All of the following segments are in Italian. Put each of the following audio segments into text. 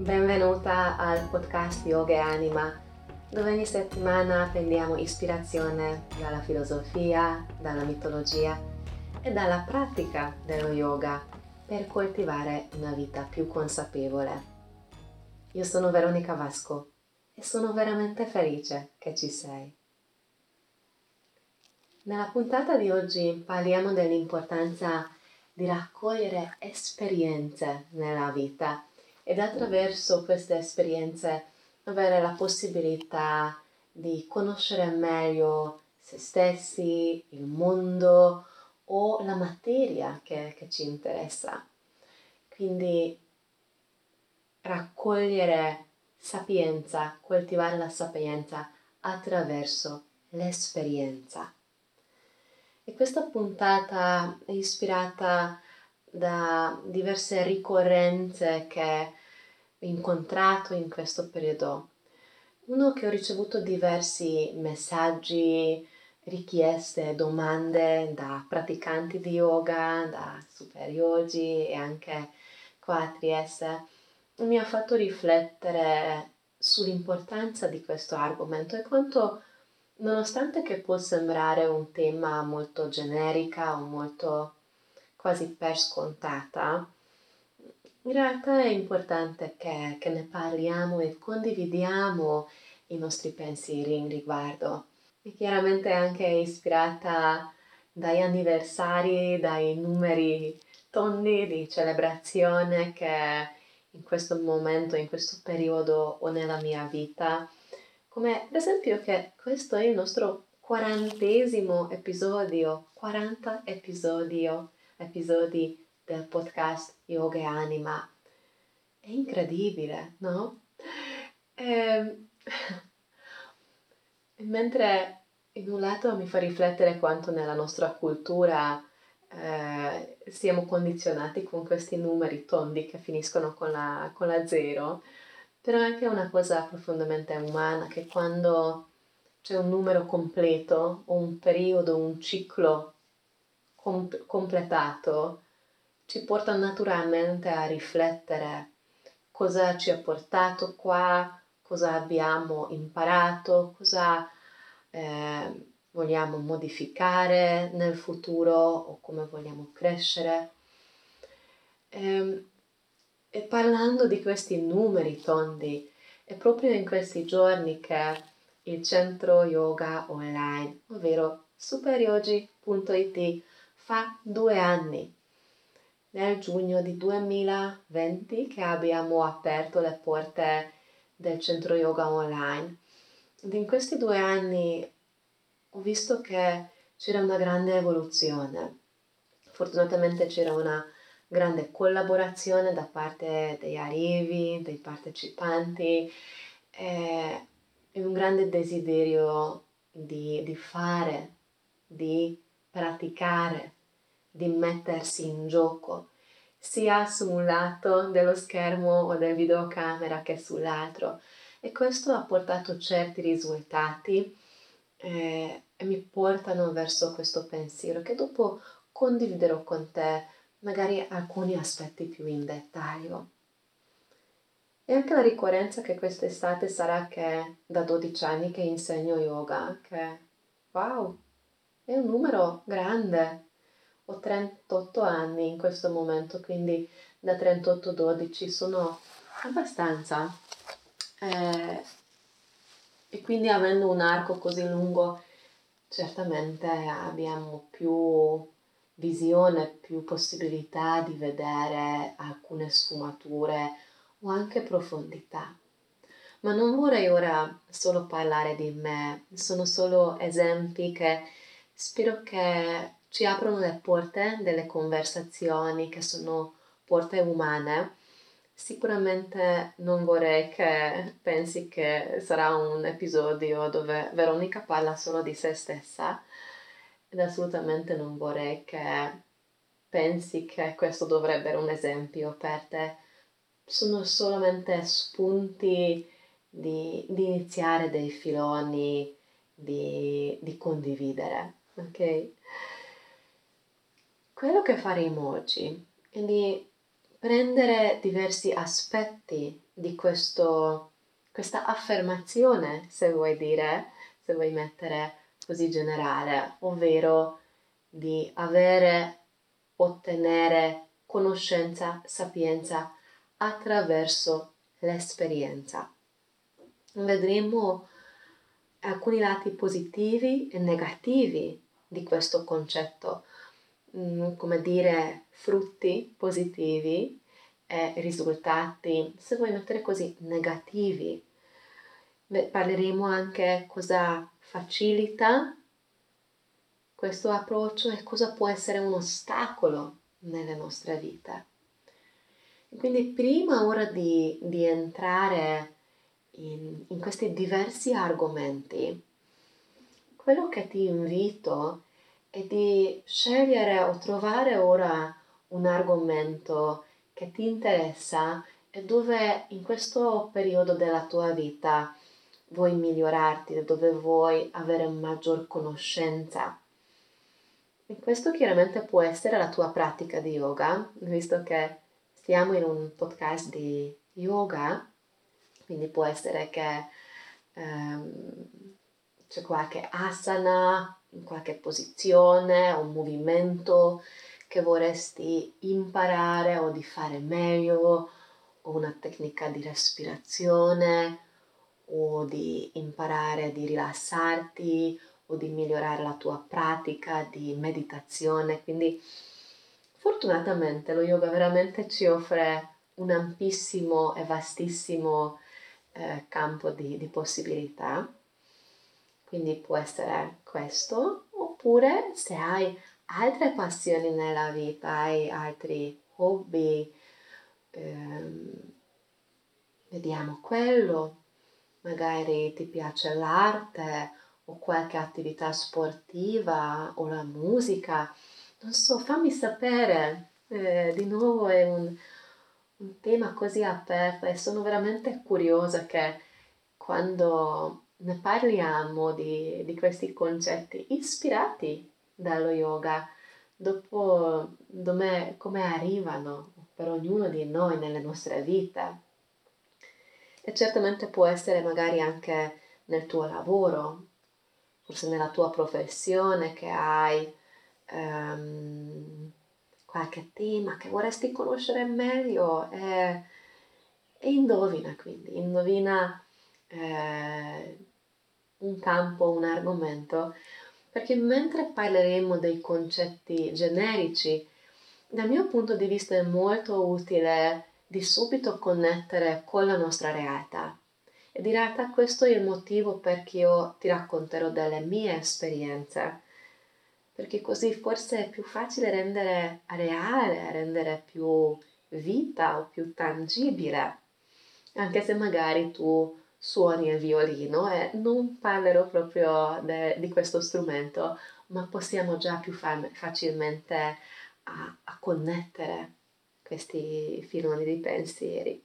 Benvenuta al podcast Yoga e Anima, dove ogni settimana prendiamo ispirazione dalla filosofia, dalla mitologia e dalla pratica dello yoga per coltivare una vita più consapevole. Io sono Veronica Vasco e sono veramente felice che ci sei. Nella puntata di oggi parliamo dell'importanza di raccogliere esperienze nella vita ed attraverso queste esperienze avere la possibilità di conoscere meglio se stessi, il mondo o la materia che ci interessa. Quindi raccogliere sapienza, coltivare la sapienza attraverso l'esperienza. E questa puntata è ispirata da diverse ricorrenze che ho incontrato in questo periodo. Uno che ho ricevuto diversi messaggi, richieste, domande da praticanti di yoga, da super yogi e anche qua a Trieste, mi ha fatto riflettere sull'importanza di questo argomento e quanto, nonostante che può sembrare un tema molto generica o molto quasi per scontata, in realtà è importante che ne parliamo e condividiamo i nostri pensieri in riguardo. E chiaramente anche ispirata dagli anniversari, dai numeri tondi di celebrazione che in questo momento, in questo periodo ho nella mia vita, come ad esempio che questo è il nostro 40° episodio, 40 episodi del podcast Yoga e Anima. È incredibile, no? E, mentre in un lato mi fa riflettere quanto nella nostra cultura siamo condizionati con questi numeri tondi che finiscono con la zero, però è anche una cosa profondamente umana che quando c'è un numero completo o un periodo, un ciclo completato, ci porta naturalmente a riflettere cosa ci ha portato qua, cosa abbiamo imparato, cosa vogliamo modificare nel futuro o come vogliamo crescere. E parlando di questi numeri tondi, è proprio in questi giorni che il centro yoga online, ovvero superyogi.it, fa 2 anni. Nel giugno di 2020 che abbiamo aperto le porte del centro yoga online. Ed in questi 2 anni ho visto che c'era una grande evoluzione. Fortunatamente c'era una grande collaborazione da parte degli arrivi, dei partecipanti e un grande desiderio di fare, di praticare, di mettersi in gioco, sia su un lato dello schermo o del videocamera che sull'altro. E questo ha portato certi risultati e mi portano verso questo pensiero che dopo condividerò con te magari alcuni aspetti più in dettaglio. E anche la ricorrenza che quest'estate sarà che da 12 anni che insegno yoga, che wow, è un numero grande. Ho 38 anni in questo momento, quindi da 38-12 sono abbastanza. E quindi avendo un arco così lungo, certamente abbiamo più visione, più possibilità di vedere alcune sfumature o anche profondità. Ma non vorrei ora solo parlare di me, sono solo esempi che spero che ci aprono le porte delle conversazioni che sono porte umane. Sicuramente non vorrei che pensi che sarà un episodio dove Veronica parla solo di se stessa ed assolutamente non vorrei che pensi che questo dovrebbe essere un esempio per te. Sono solamente spunti di iniziare dei filoni, di condividere, ok? Quello che faremo oggi è di prendere diversi aspetti di questa affermazione, se vuoi dire, se vuoi mettere così generale, ovvero di avere, ottenere conoscenza, sapienza attraverso l'esperienza. Vedremo alcuni lati positivi e negativi di questo concetto, come dire, frutti positivi e risultati, se vuoi mettere così, negativi. Parleremo anche cosa facilita questo approccio e cosa può essere un ostacolo nelle nostre vite. Quindi prima ora di entrare in questi diversi argomenti, quello che ti invito è di scegliere o trovare ora un argomento che ti interessa e dove in questo periodo della tua vita vuoi migliorarti, dove vuoi avere maggior conoscenza. E questo chiaramente può essere la tua pratica di yoga, visto che siamo in un podcast di yoga, quindi può essere che c'è qualche asana, qualche posizione, un movimento che vorresti imparare o di fare meglio, o una tecnica di respirazione, o di imparare di rilassarti, o di migliorare la tua pratica di meditazione. Quindi fortunatamente lo yoga veramente ci offre un ampissimo e vastissimo campo di possibilità. Quindi può essere questo, oppure se hai altre passioni nella vita, hai altri hobby, vediamo quello, magari ti piace l'arte o qualche attività sportiva o la musica, non so, fammi sapere. Di nuovo è un tema così aperto e sono veramente curiosa che quando ne parliamo di questi concetti ispirati dallo yoga, dopo come arrivano per ognuno di noi nelle nostre vite. E certamente può essere magari anche nel tuo lavoro, forse nella tua professione che hai qualche tema che vorresti conoscere meglio e indovina un campo, un argomento, perché mentre parleremo dei concetti generici, dal mio punto di vista è molto utile di subito connettere con la nostra realtà. Ed in realtà questo è il motivo perché io ti racconterò delle mie esperienze, perché così forse è più facile rendere reale, rendere più vita o più tangibile, anche se magari tu suoni il violino e non parlerò proprio di questo strumento, ma possiamo già più facilmente a connettere questi filoni di pensieri.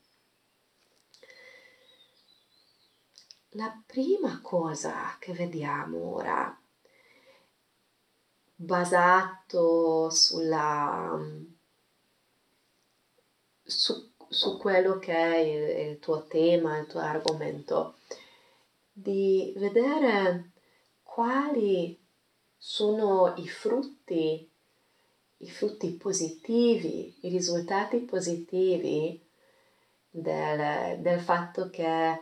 La prima cosa che vediamo ora, basato su quello che è il tuo tema, il tuo argomento, di vedere quali sono i frutti positivi, i risultati positivi del fatto che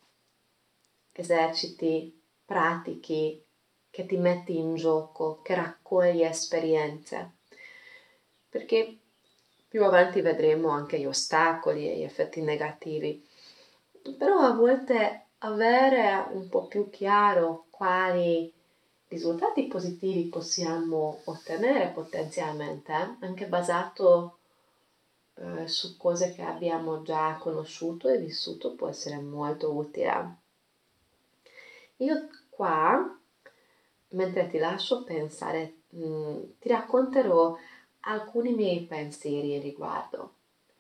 eserciti, pratichi, che ti metti in gioco, che raccogli esperienze. Perché più avanti vedremo anche gli ostacoli e gli effetti negativi. Però a volte avere un po' più chiaro quali risultati positivi possiamo ottenere potenzialmente, anche basato su cose che abbiamo già conosciuto e vissuto, può essere molto utile. Io qua, mentre ti lascio pensare, ti racconterò alcuni miei pensieri a riguardo.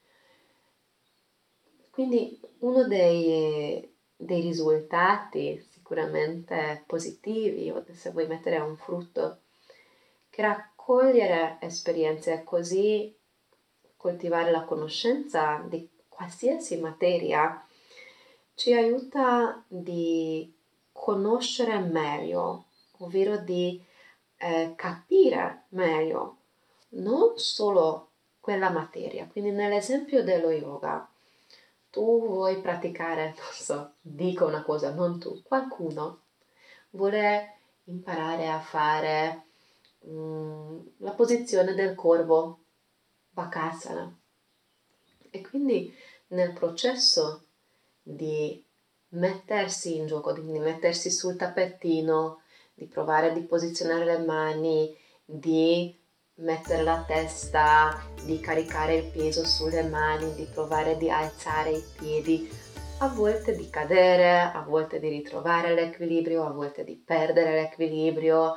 Quindi uno dei risultati sicuramente positivi, o se vuoi mettere un frutto, che raccogliere esperienze e così coltivare la conoscenza di qualsiasi materia ci aiuta di conoscere meglio, ovvero di capire meglio non solo quella materia. Quindi nell'esempio dello yoga, tu vuoi praticare, non so, dico una cosa, non tu, qualcuno vuole imparare a fare la posizione del corvo, Bakasana. E quindi nel processo di mettersi in gioco, di mettersi sul tappetino, di provare di posizionare le mani, di mettere la testa, di caricare il peso sulle mani, di provare di alzare i piedi, a volte di cadere, a volte di ritrovare l'equilibrio, a volte di perdere l'equilibrio.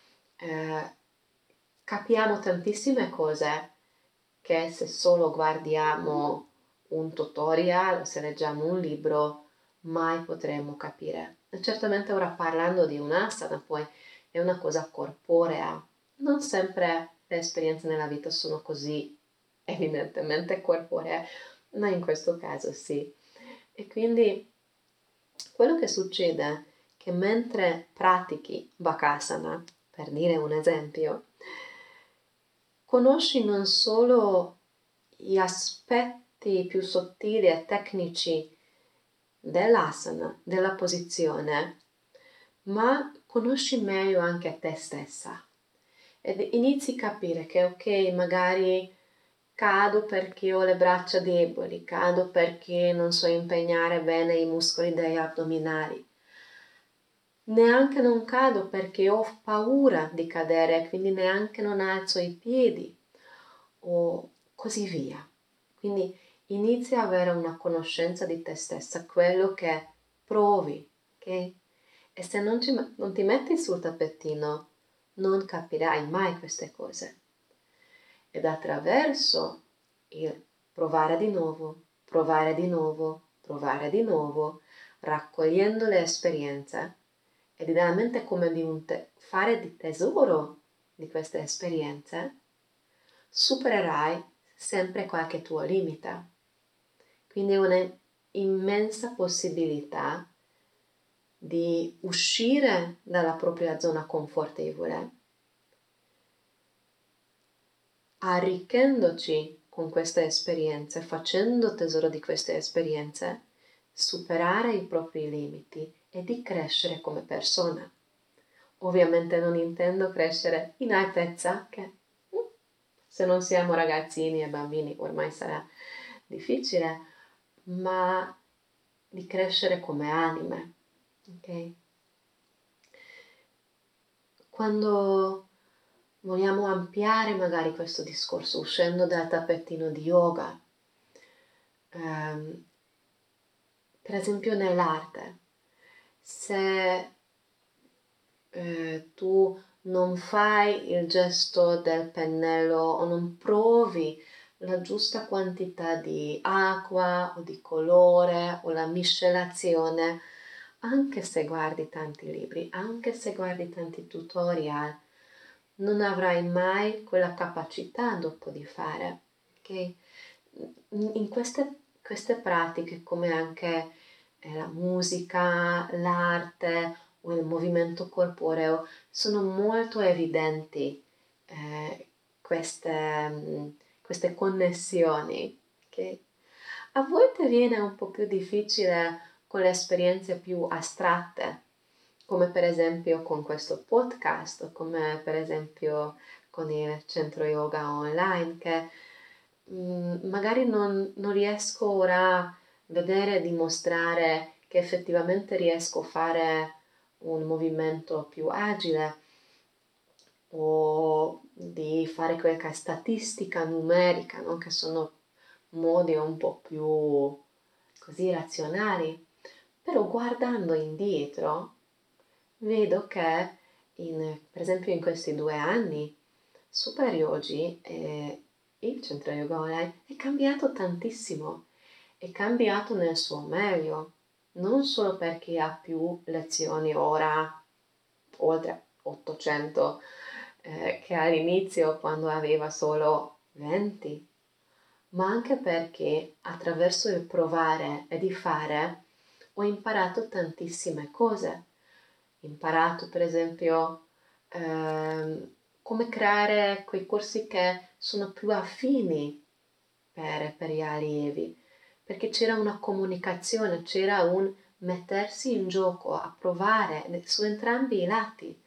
Capiamo tantissime cose che se solo guardiamo un tutorial, se leggiamo un libro, mai potremo capire. E certamente ora parlando di un'asana, poi è una cosa corporea. Non sempre le esperienze nella vita sono così evidentemente corporee, ma in questo caso sì. E quindi quello che succede è che mentre pratichi Bakasana, per dire un esempio, conosci non solo gli aspetti più sottili e tecnici dell'asana, della posizione, ma conosci meglio anche te stessa ed inizi a capire che ok, magari cado perché ho le braccia deboli, cado perché non so impegnare bene i muscoli degli addominali. Neanche non cado perché ho paura di cadere, quindi neanche non alzo i piedi o così via. Quindi inizia ad avere una conoscenza di te stessa, quello che provi, ok? E se non ti metti sul tappetino, non capirai mai queste cose. Ed attraverso il provare di nuovo, provare di nuovo, provare di nuovo, raccogliendo le esperienze, ed idealmente come di fare di tesoro di queste esperienze, supererai sempre qualche tuo limite. Quindi è un'immensa possibilità di uscire dalla propria zona confortevole, arricchendoci con queste esperienze, facendo tesoro di queste esperienze, superare i propri limiti e di crescere come persona. Ovviamente non intendo crescere in altezza, che se non siamo ragazzini e bambini ormai sarà difficile, ma di crescere come anime, ok? Quando vogliamo ampliare magari questo discorso uscendo dal tappetino di yoga, per esempio nell'arte, se tu non fai il gesto del pennello o non provi la giusta quantità di acqua o di colore o la miscelazione, anche se guardi tanti libri, anche se guardi tanti tutorial, non avrai mai quella capacità dopo di fare, ok? In queste pratiche, come anche la musica, l'arte o il movimento corporeo, sono molto evidenti queste connessioni, che a volte viene un po' più difficile con le esperienze più astratte, come per esempio con questo podcast, o come per esempio con il centro yoga online, che magari non riesco ora a vedere e dimostrare che effettivamente riesco a fare un movimento più agile o di fare qualche statistica numerica, no? Che sono modi un po' più così razionali. Però guardando indietro vedo che per esempio in questi 2 anni Super Yogi e il centro yoga online è cambiato tantissimo, è cambiato nel suo meglio, non solo perché ha più lezioni ora, oltre 800, che all'inizio quando aveva solo 20, ma anche perché attraverso il provare e di fare ho imparato tantissime cose. Ho imparato per esempio come creare quei corsi che sono più affini per gli allievi, perché c'era una comunicazione, c'era un mettersi in gioco, a provare su entrambi i lati,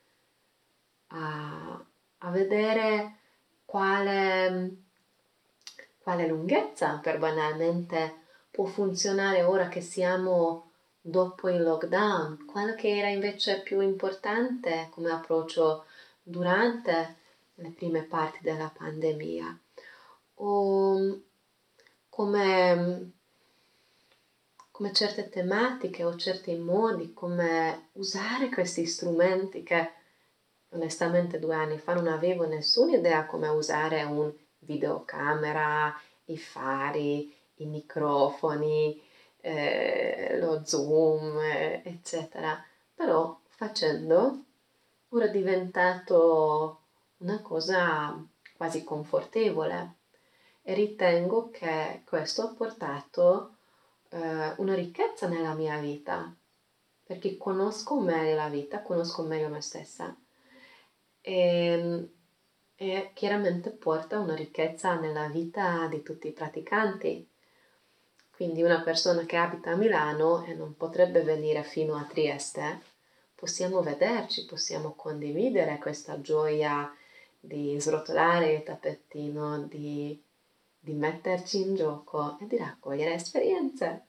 a vedere quale, quale lunghezza per banalmente può funzionare ora che siamo dopo il lockdown, quello che era invece più importante come approccio durante le prime parti della pandemia, o come, come certe tematiche o certi modi, come usare questi strumenti che onestamente 2 anni fa non avevo nessuna idea come usare un videocamera, i fari, i microfoni, lo zoom, eccetera. Però facendo ora è diventato una cosa quasi confortevole e ritengo che questo ha portato una ricchezza nella mia vita, perché conosco meglio la vita, conosco meglio me stessa e, e chiaramente porta una ricchezza nella vita di tutti i praticanti. Quindi una persona che abita a Milano e non potrebbe venire fino a Trieste, possiamo vederci, possiamo condividere questa gioia di srotolare il tappettino, di metterci in gioco e di raccogliere esperienze.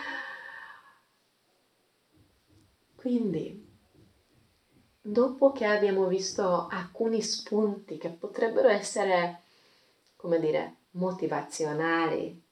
Quindi, dopo che abbiamo visto alcuni spunti che potrebbero essere, come dire, motivazionali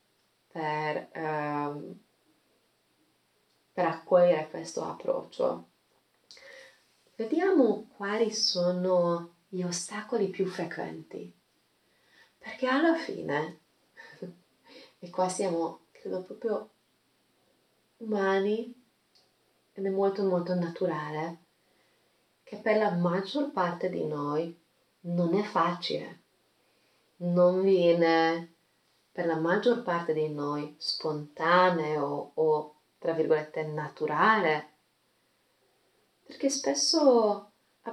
per accogliere questo approccio, vediamo quali sono gli ostacoli più frequenti. Perché alla fine, e qua siamo, credo, proprio umani ed è molto molto naturale, che per la maggior parte di noi non è facile, non viene per la maggior parte di noi spontaneo o tra virgolette naturale, perché spesso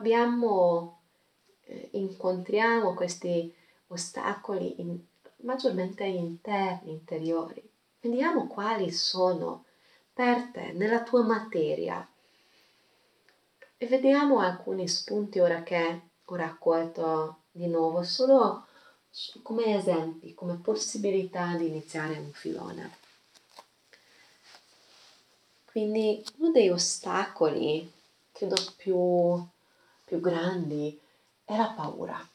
incontriamo questi ostacoli maggiormente interni, interiori. Vediamo quali sono per te, nella tua materia, e vediamo alcuni spunti ora che ho raccolto di nuovo, solo come esempi, come possibilità di iniziare un filone. Quindi uno degli ostacoli, credo più grandi, è la paura.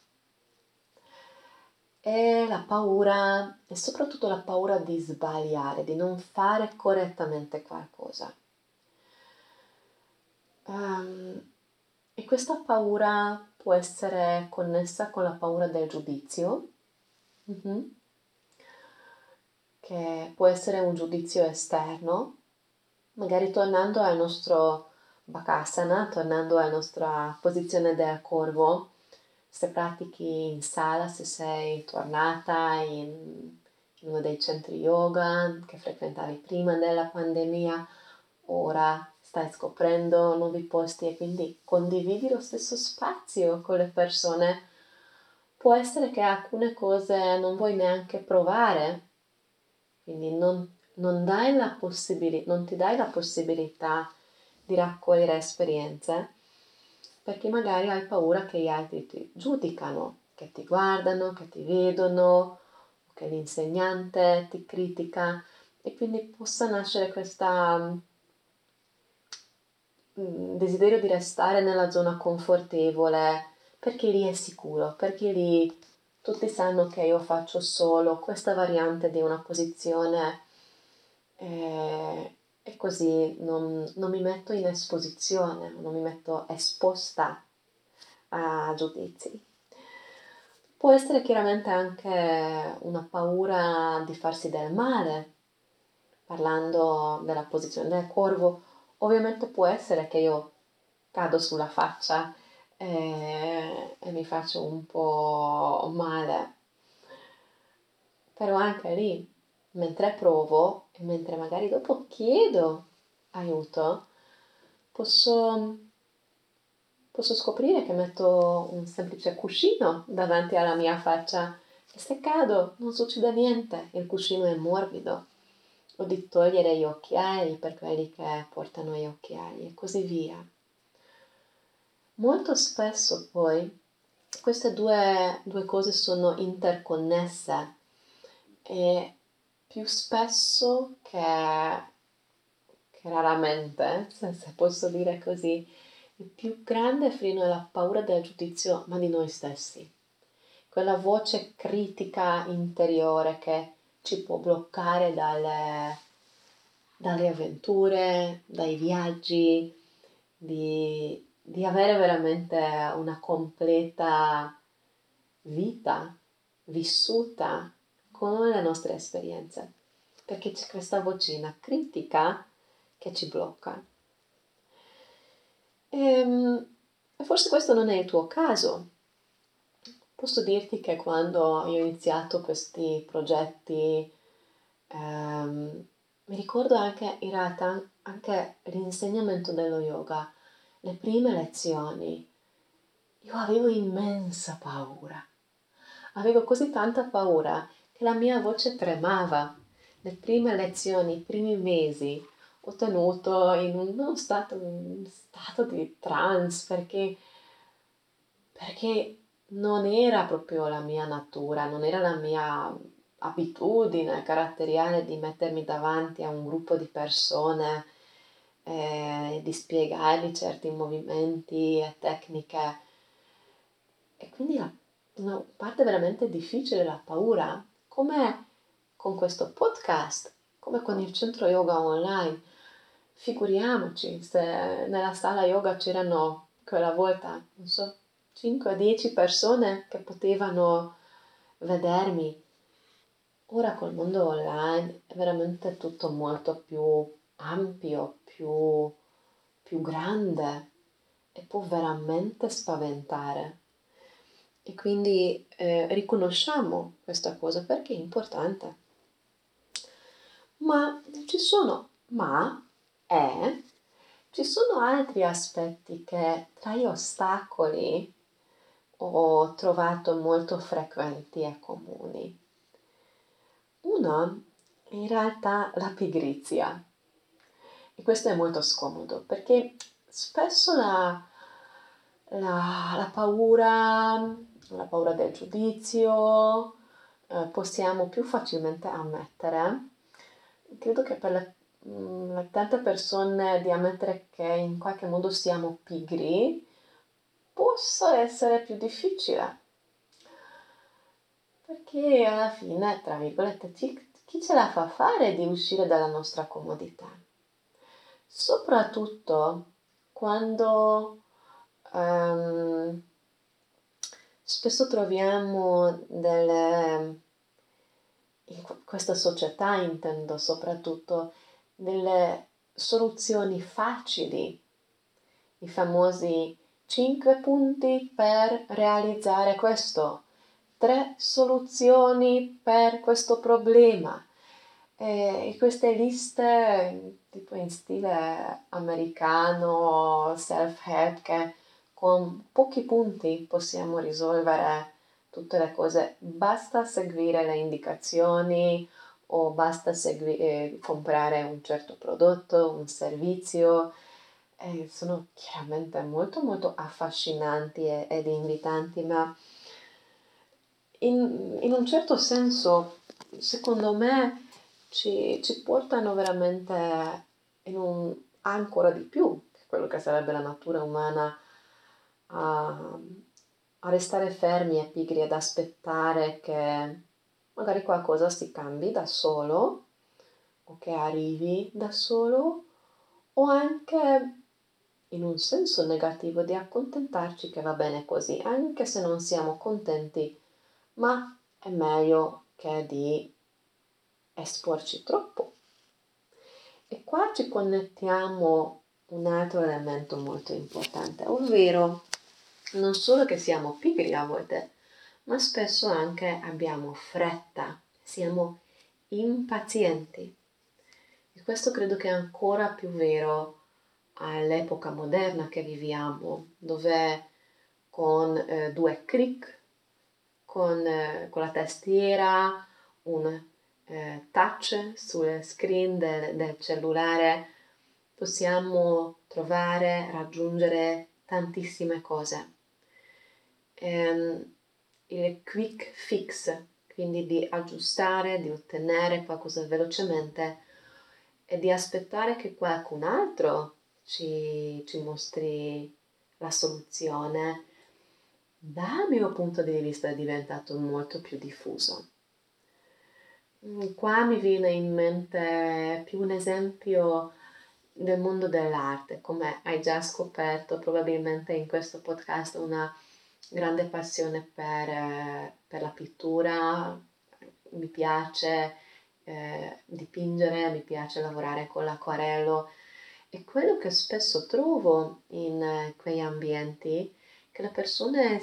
È la paura, e soprattutto la paura di sbagliare, di non fare correttamente qualcosa. E questa paura può essere connessa con la paura del giudizio, mhm, che può essere un giudizio esterno, magari tornando al nostro Bakasana, tornando alla nostra posizione del corvo, se pratichi in sala, se sei tornata in uno dei centri yoga che frequentavi prima della pandemia, ora stai scoprendo nuovi posti e quindi condividi lo stesso spazio con le persone. Può essere che alcune cose non vuoi neanche provare, quindi non non ti dai la possibilità di raccogliere esperienze perché magari hai paura che gli altri ti giudicano, che ti guardano, che ti vedono, che l'insegnante ti critica e quindi possa nascere questo desiderio di restare nella zona confortevole perché lì è sicuro, perché lì tutti sanno che io faccio solo questa variante di una posizione e così non mi metto in esposizione, non mi metto esposta a giudizi. Può essere chiaramente anche una paura di farsi del male, parlando della posizione del corvo, ovviamente può essere che io cado sulla faccia e mi faccio un po' male. Però anche lì, mentre provo e mentre magari dopo chiedo aiuto, posso, posso scoprire che metto un semplice cuscino davanti alla mia faccia e se cado non succede niente, il cuscino è morbido. O di togliere gli occhiali per quelli che portano gli occhiali e così via. Molto spesso poi queste due cose sono interconnesse e più spesso che raramente, se posso dire così, il più grande freno è la paura del giudizio, ma di noi stessi. Quella voce critica interiore che ci può bloccare dalle avventure, dai viaggi, di avere veramente una completa vita vissuta con le nostre esperienze, perché c'è questa vocina critica che ci blocca. E forse questo non è il tuo caso. Posso dirti che quando io ho iniziato questi progetti, mi ricordo anche in realtà anche l'insegnamento dello yoga, le prime lezioni, io avevo immensa paura. Avevo così tanta paura che la mia voce tremava. Le prime lezioni, i primi mesi, ho tenuto in uno un stato di trance perché non era proprio la mia natura, non era la mia abitudine caratteriale di mettermi davanti a un gruppo di persone e di spiegargli certi movimenti e tecniche. E quindi una parte veramente difficile, la paura, come con questo podcast, come con il centro yoga online. Figuriamoci se nella sala yoga c'erano quella volta, non so, 5-10 persone che potevano vedermi. Ora col mondo online è veramente tutto molto più ampio, più grande e può veramente spaventare. E quindi riconosciamo questa cosa perché è importante. Ma ci sono, ma è, ci sono altri aspetti che tra gli ostacoli ho trovato molto frequenti e comuni. Uno è in realtà la pigrizia. E questo è molto scomodo perché spesso la paura del giudizio, possiamo più facilmente ammettere. Credo che per le tante persone di ammettere che in qualche modo siamo pigri possa essere più difficile. Perché alla fine, tra virgolette, chi ce la fa fare di uscire dalla nostra comodità? Soprattutto quando spesso troviamo in questa società intendo soprattutto delle soluzioni facili, i famosi 5 punti per realizzare questo, 3 soluzioni per questo problema. E queste liste tipo in stile americano, self-help, che con pochi punti possiamo risolvere tutte le cose, basta seguire le indicazioni o basta comprare un certo prodotto, un servizio. Sono chiaramente molto molto affascinanti ed invitanti, ma in un certo senso, secondo me, ci portano veramente ancora di più che quello che sarebbe la natura umana a, a restare fermi e pigri ad aspettare che magari qualcosa si cambi da solo o che arrivi da solo o anche in un senso negativo di accontentarci che va bene così, anche se non siamo contenti, ma è meglio che di esporci troppo. E qua ci connettiamo un altro elemento molto importante, ovvero non solo che siamo pigri a volte, ma spesso anche abbiamo fretta, siamo impazienti. E questo credo che è ancora più vero all'epoca moderna che viviamo, dove con 2 clic, con la tastiera, un touch sul screen del cellulare, possiamo trovare, raggiungere tantissime cose. Il quick fix, quindi di aggiustare, di ottenere qualcosa velocemente e di aspettare che qualcun altro ci mostri la soluzione, dal mio punto di vista è diventato molto più diffuso. Qua mi viene in mente più un esempio del mondo dell'arte, come hai già scoperto probabilmente in questo podcast una grande passione per la pittura, mi piace dipingere, mi piace lavorare con l'acquarello e quello che spesso trovo in quei ambienti è che le persone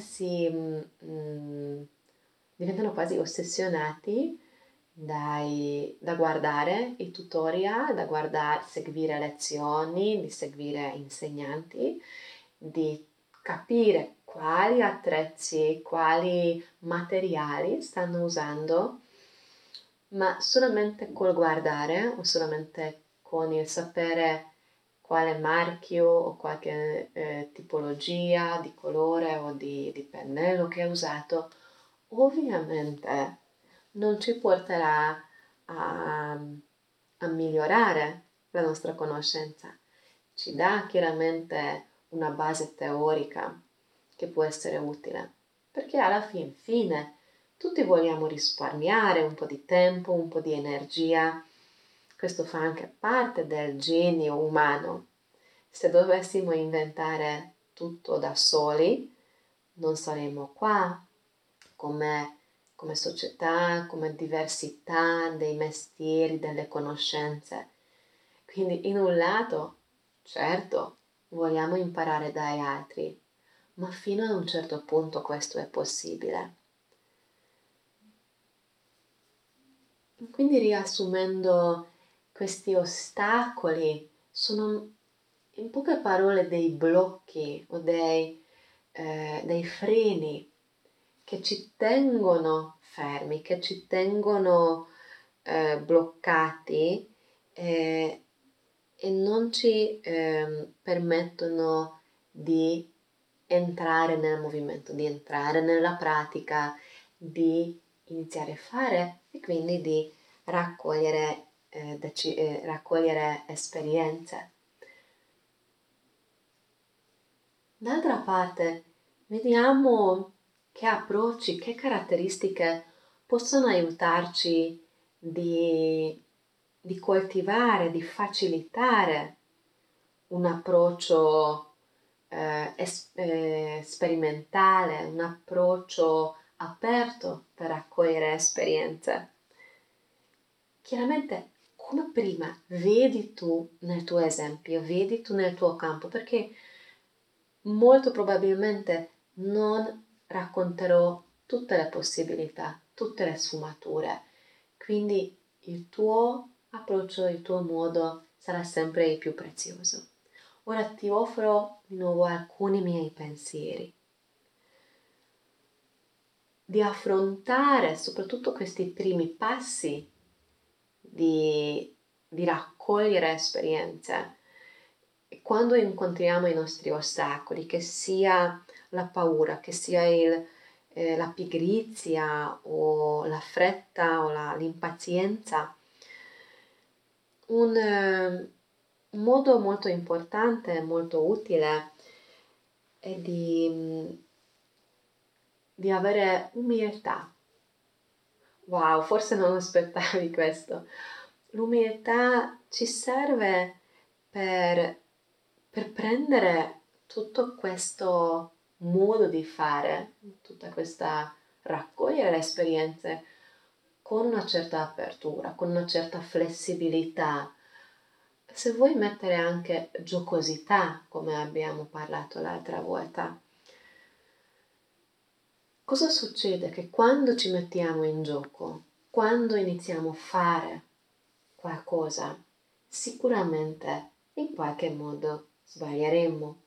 diventano quasi ossessionati da guardare i tutorial, seguire lezioni, di seguire insegnanti, di capire quali attrezzi, quali materiali stanno usando, ma solamente col guardare o solamente con il sapere quale marchio o qualche tipologia di colore o di pennello che ha usato, ovviamente non ci porterà a migliorare la nostra conoscenza. Ci dà chiaramente una base teorica che può essere utile, perché alla fine tutti vogliamo risparmiare un po' di tempo, un po' di energia. Questo fa anche parte del genio umano. Se dovessimo inventare tutto da soli, non saremmo qua come società, come diversità dei mestieri, delle conoscenze. Quindi in un lato, certo, vogliamo imparare dagli altri, ma fino ad un certo punto questo è possibile. Quindi riassumendo, questi ostacoli sono in poche parole dei blocchi o dei freni che ci tengono fermi, che ci tengono bloccati e non ci permettono di entrare nel movimento, di entrare nella pratica, di iniziare a fare e quindi di raccogliere esperienze. D'altra parte, vediamo che approcci, che caratteristiche possono aiutarci di coltivare, di facilitare un approccio sperimentale, un approccio aperto per raccogliere esperienze. Chiaramente, come prima, vedi tu nel tuo esempio, vedi tu nel tuo campo, perché molto probabilmente non racconterò tutte le possibilità, tutte le sfumature. Quindi il tuo approccio, il tuo modo sarà sempre il più prezioso. Ora ti offro di nuovo alcuni miei pensieri. Di affrontare soprattutto questi primi passi di raccogliere esperienze. E quando incontriamo i nostri ostacoli, che sia la paura, che sia la pigrizia o la fretta o l'impazienza, un modo molto importante e molto utile è di avere umiltà. Wow, forse non aspettavi questo. L'umiltà ci serve per prendere tutto questo modo di fare, tutta questa raccogliere le esperienze con una certa apertura, con una certa flessibilità. Se vuoi mettere anche giocosità, come abbiamo parlato l'altra volta. Cosa succede? Che quando ci mettiamo in gioco, quando iniziamo a fare qualcosa, sicuramente in qualche modo sbaglieremo.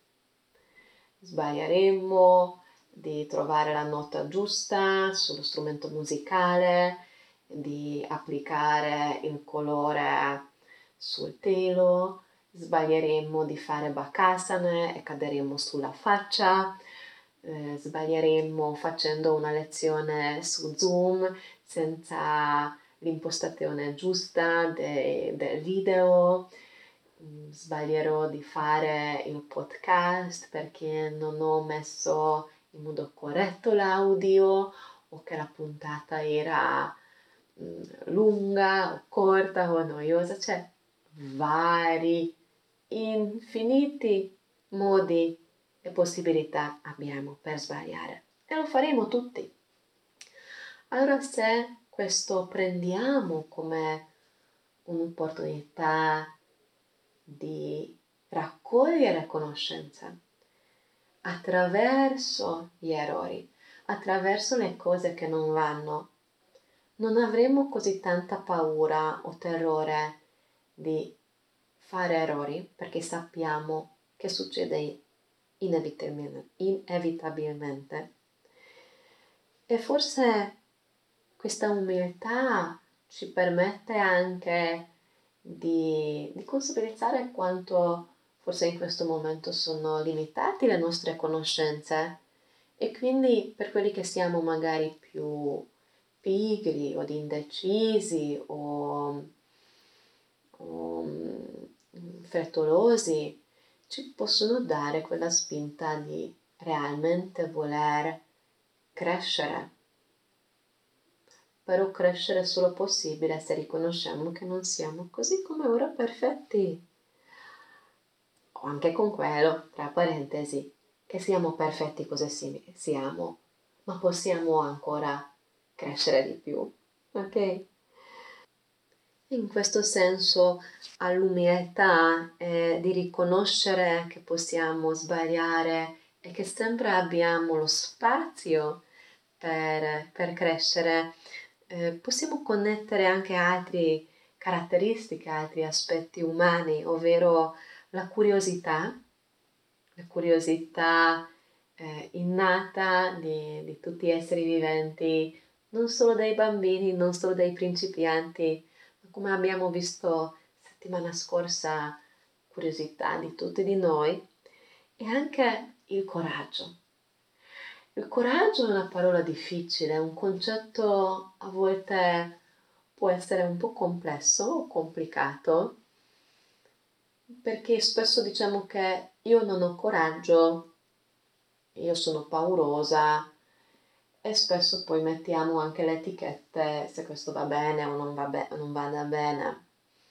Sbaglieremo di trovare la nota giusta sullo strumento musicale, di applicare il colore sul telo, sbaglieremo di fare bakasana e caderemo sulla faccia, sbaglieremo facendo una lezione su Zoom senza l'impostazione giusta del video, sbaglierò di fare il podcast perché non ho messo in modo corretto l'audio o che la puntata era lunga o corta o noiosa, cioè vari, infiniti modi e possibilità abbiamo per sbagliare e lo faremo tutti. Allora se questo prendiamo come un'opportunità di raccogliere conoscenza attraverso gli errori, attraverso le cose che non vanno, non avremo così tanta paura o terrore di fare errori perché sappiamo che succede inevitabilmente. E forse questa umiltà ci permette anche di considerare quanto forse in questo momento sono limitati le nostre conoscenze e quindi per quelli che siamo magari più pigri o indecisi o frettolosi, ci possono dare quella spinta di realmente voler crescere. Però crescere è solo possibile se riconosciamo che non siamo così come ora perfetti. O anche con quello, tra parentesi, che siamo perfetti così siamo, ma possiamo ancora crescere di più, ok? In questo senso all'umiltà di riconoscere che possiamo sbagliare e che sempre abbiamo lo spazio per crescere, possiamo connettere anche altre caratteristiche, altri aspetti umani, ovvero la curiosità innata di tutti gli esseri viventi, non solo dei bambini, non solo dei principianti, ma come abbiamo visto settimana scorsa, curiosità di tutti di noi, e anche il coraggio. Il coraggio è una parola difficile, è un concetto a volte può essere un po' complesso o complicato, perché spesso diciamo che io non ho coraggio, io sono paurosa e spesso poi mettiamo anche le etichette se questo va bene o non vada bene.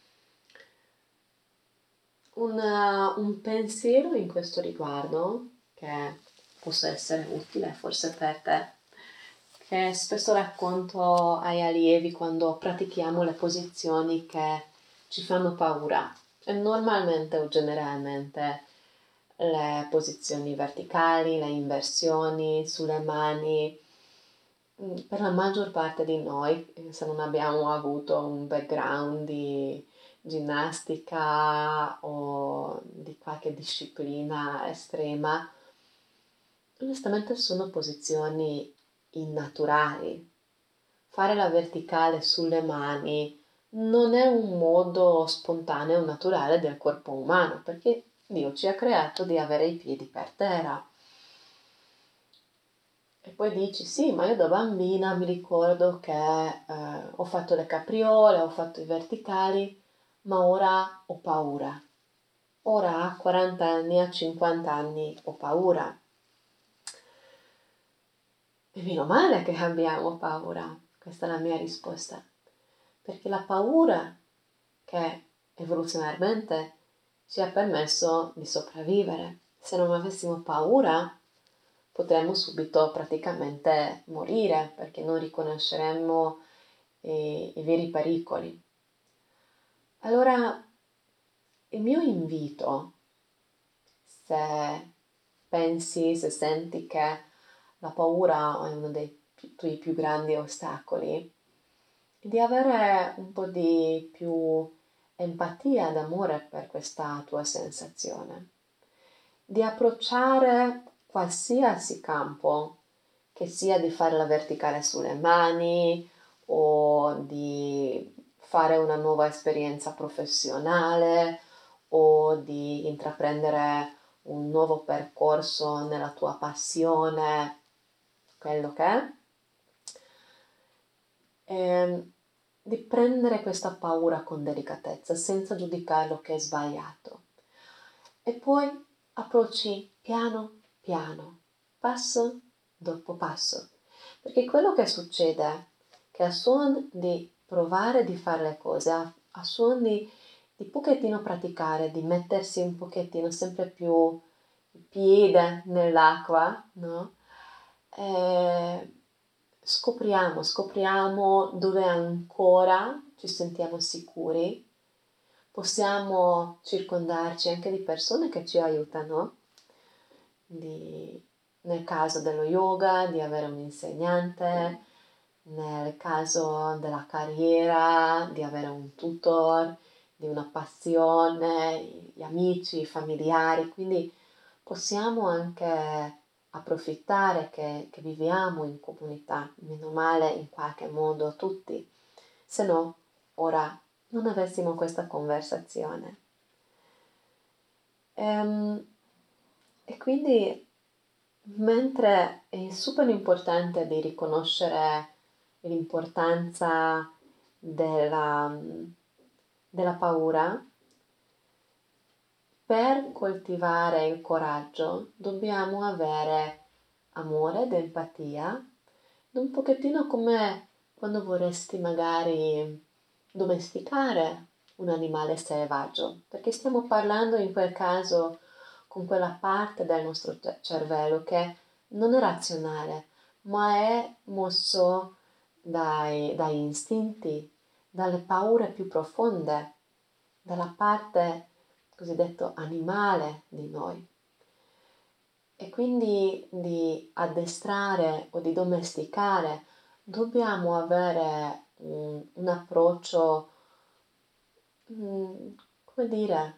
Un pensiero in questo riguardo che possa essere utile forse per te, che spesso racconto ai allievi quando pratichiamo le posizioni che ci fanno paura, e normalmente o generalmente le posizioni verticali, le inversioni sulle mani. Per la maggior parte di noi, se non abbiamo avuto un background di ginnastica o di qualche disciplina estrema, onestamente sono posizioni innaturali. Fare la verticale sulle mani non è un modo spontaneo, naturale del corpo umano, perché Dio ci ha creato di avere i piedi per terra. E poi dici, sì, ma io da bambina mi ricordo che ho fatto le capriole, ho fatto i verticali, ma ora ho paura. Ora a 40 anni, a 50 anni ho paura. E meno male che abbiamo paura, questa è la mia risposta. Perché la paura che evoluzionalmente ci ha permesso di sopravvivere. Se non avessimo paura, potremmo subito praticamente morire perché non riconosceremmo i veri pericoli. Allora, il mio invito, se senti che la paura è uno dei tuoi più grandi ostacoli, di avere un po' di più empatia ed amore per questa tua sensazione, di approcciare qualsiasi campo, che sia di fare la verticale sulle mani o di fare una nuova esperienza professionale o di intraprendere un nuovo percorso nella tua passione, quello che è, di prendere questa paura con delicatezza, senza giudicarlo che è sbagliato. E poi approcci piano piano, passo dopo passo. Perché quello che succede è che a suon di provare di fare le cose, a suon di pochettino praticare, di mettersi un pochettino sempre più il piede nell'acqua, no? Scopriamo dove ancora ci sentiamo sicuri, possiamo circondarci anche di persone che ci aiutano, nel caso dello yoga, di avere un insegnante, nel caso della carriera, di avere un tutor, di una passione, gli amici, i familiari, quindi possiamo anche approfittare che viviamo in comunità, meno male in qualche modo tutti, se no ora non avessimo questa conversazione. E quindi mentre è super importante di riconoscere l'importanza della paura, per coltivare il coraggio dobbiamo avere amore ed empatia, un pochettino come quando vorresti magari domesticare un animale selvaggio, perché stiamo parlando in quel caso con quella parte del nostro cervello che non è razionale, ma è mosso dai istinti, dalle paure più profonde, dalla parte cosiddetto animale di noi. E quindi di addestrare o di domesticare dobbiamo avere un approccio, come dire,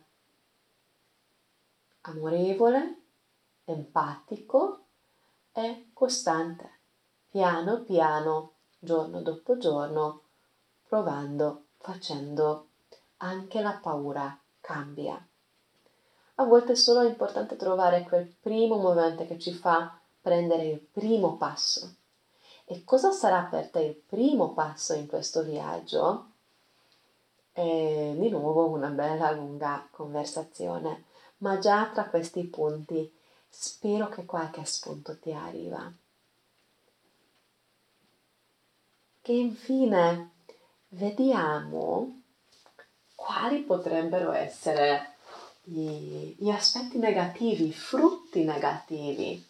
amorevole, empatico e costante, piano piano, giorno dopo giorno, provando, facendo, anche la paura cambia. A volte solo è importante trovare quel primo momento che ci fa prendere il primo passo. E cosa sarà per te il primo passo in questo viaggio? E di nuovo una bella lunga conversazione, ma già tra questi punti spero che qualche spunto ti arriva. Che infine vediamo quali potrebbero essere gli aspetti negativi, i frutti negativi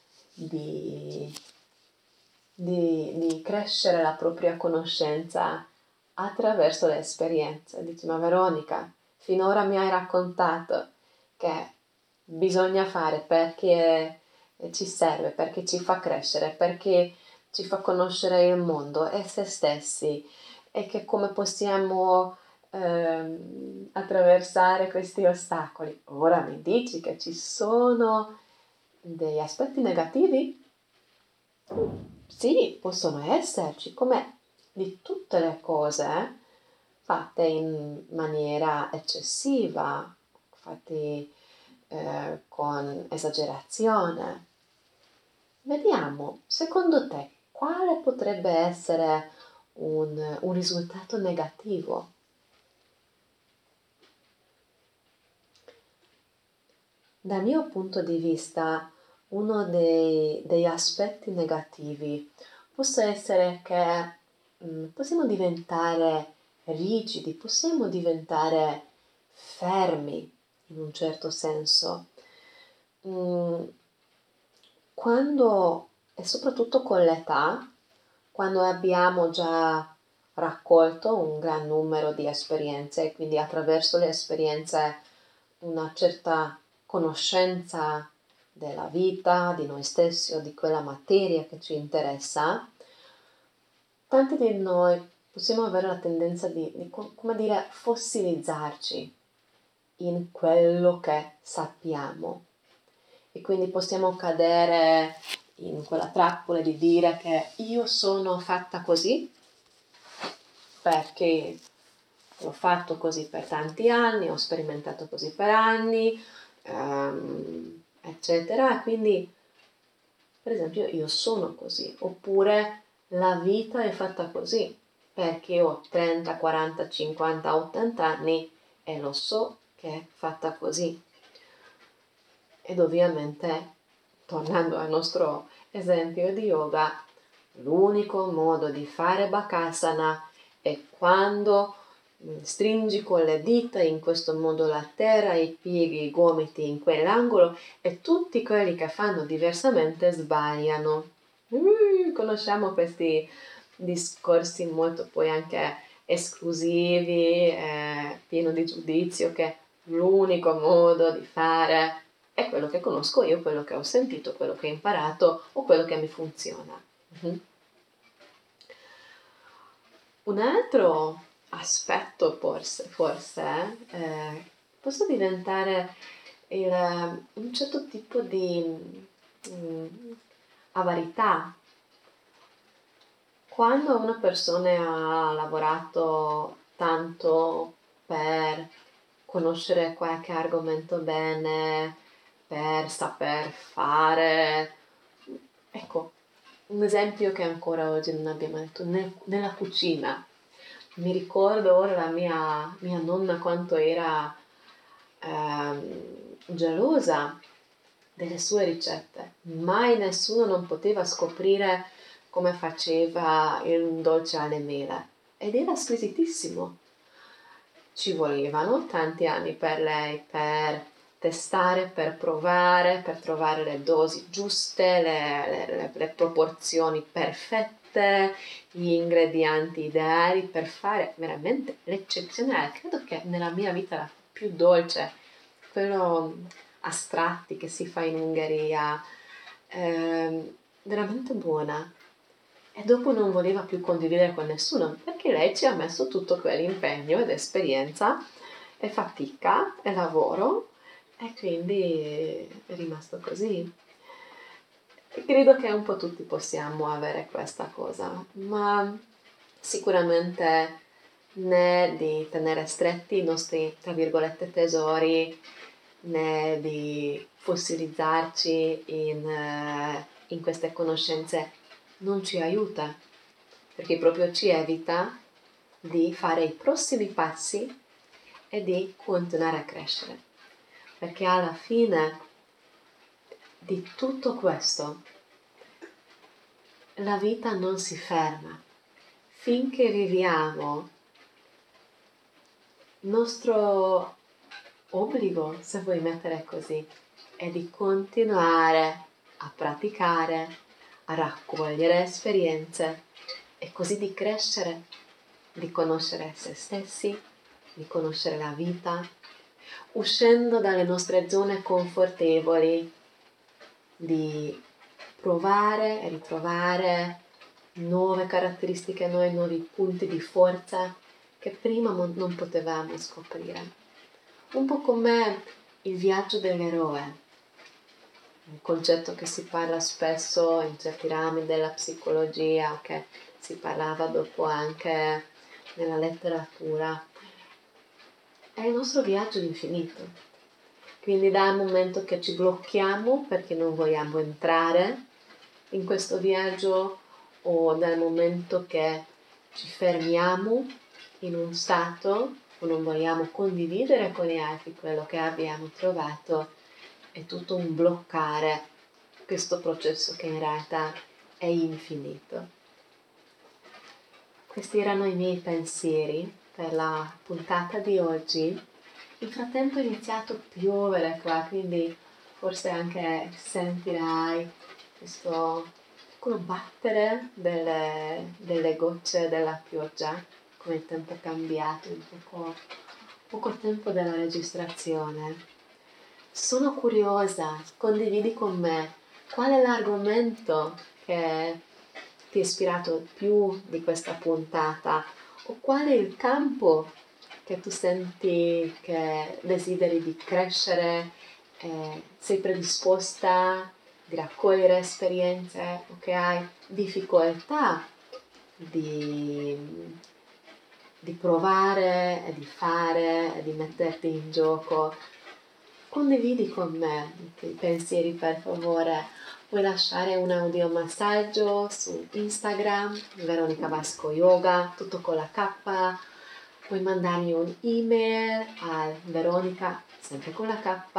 di crescere la propria conoscenza attraverso le esperienze. Dici, ma Veronica, finora mi hai raccontato che bisogna fare perché ci serve, perché ci fa crescere, perché ci fa conoscere il mondo e se stessi e che come possiamo attraversare questi ostacoli. Ora mi dici che ci sono degli aspetti negativi? Sì, possono esserci, come di tutte le cose fatte in maniera eccessiva, fatte con esagerazione. Vediamo, secondo te, quale potrebbe essere un risultato negativo? Dal mio punto di vista, uno degli aspetti negativi possa essere che possiamo diventare rigidi, possiamo diventare fermi in un certo senso. Mm, Quando, e soprattutto con l'età, quando abbiamo già raccolto un gran numero di esperienze e quindi attraverso le esperienze una certa conoscenza della vita, di noi stessi o di quella materia che ci interessa, tanti di noi possiamo avere la tendenza come dire, fossilizzarci in quello che sappiamo e quindi possiamo cadere in quella trappola di dire che io sono fatta così perché l'ho fatto così per tanti anni, ho sperimentato così per anni, eccetera. Quindi, per esempio, io sono così, oppure la vita è fatta così, perché ho 30, 40, 50, 80 anni e lo so che è fatta così. Ed ovviamente, tornando al nostro esempio di yoga, l'unico modo di fare Bakasana è quando stringi con le dita in questo modo la terra, i piedi, i gomiti in quell'angolo e tutti quelli che fanno diversamente sbagliano. Conosciamo questi discorsi molto poi anche esclusivi, pieno di giudizio, che l'unico modo di fare è quello che conosco io, quello che ho sentito, quello che ho imparato o quello che mi funziona. Un altro aspetto forse possa diventare un certo tipo di avarità. Quando una persona ha lavorato tanto per conoscere qualche argomento bene, per saper fare, ecco, un esempio che ancora oggi non abbiamo detto, nella cucina. Mi ricordo ora la mia nonna quanto era gelosa delle sue ricette. Mai nessuno non poteva scoprire come faceva un dolce alle mele ed era squisitissimo. Ci volevano tanti anni per lei per testare, per provare, per trovare le dosi giuste, le proporzioni perfette, gli ingredienti ideali per fare veramente l'eccezionale. Credo che nella mia vita la più dolce, quello a che si fa in Ungheria, veramente buona. E dopo non voleva più condividere con nessuno perché lei ci ha messo tutto quell'impegno ed esperienza e fatica e lavoro e quindi è rimasto così. E credo che un po' tutti possiamo avere questa cosa, ma sicuramente né di tenere stretti i nostri, tra virgolette, tesori, né di fossilizzarci in queste conoscenze non ci aiuta, perché proprio ci evita di fare i prossimi passi e di continuare a crescere. Perché alla fine di tutto questo la vita non si ferma. Finché viviamo, il nostro obbligo, se vuoi mettere così, è di continuare a praticare, a raccogliere esperienze e così di crescere, di conoscere se stessi, di conoscere la vita, uscendo dalle nostre zone confortevoli, di provare e ritrovare nuove caratteristiche in noi, nuovi punti di forza che prima non potevamo scoprire. Un po' come il viaggio dell'eroe, un concetto che si parla spesso in certi rami della psicologia, che si parlava dopo anche nella letteratura. È il nostro viaggio infinito. Quindi dal momento che ci blocchiamo perché non vogliamo entrare in questo viaggio o dal momento che ci fermiamo in un stato o non vogliamo condividere con gli altri quello che abbiamo trovato, è tutto un bloccare questo processo che in realtà è infinito. Questi erano i miei pensieri per la puntata di oggi. Nel frattempo è iniziato a piovere qua, quindi forse anche sentirai questo piccolo battere delle gocce della pioggia, come il tempo è cambiato, in poco tempo della registrazione. Sono curiosa, condividi con me qual è l'argomento che ti ha ispirato più di questa puntata o qual è il campo che tu senti che desideri di crescere, sei predisposta di raccogliere esperienze o che hai difficoltà di, di provare e di fare e di metterti in gioco. Condividi con me i tuoi pensieri, per favore. Puoi lasciare un audiomessaggio su Instagram, Veronica Vasco Yoga, tutto con la K. Puoi mandarmi un'email a Veronica, sempre con la K,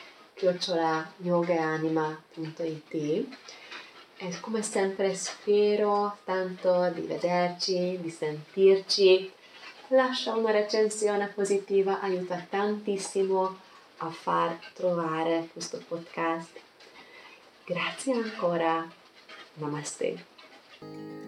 @yogaanima.it. E come sempre spero tanto di vederci, di sentirci. Lascia una recensione positiva, aiuta tantissimo a far trovare questo podcast. Grazie ancora. Namaste.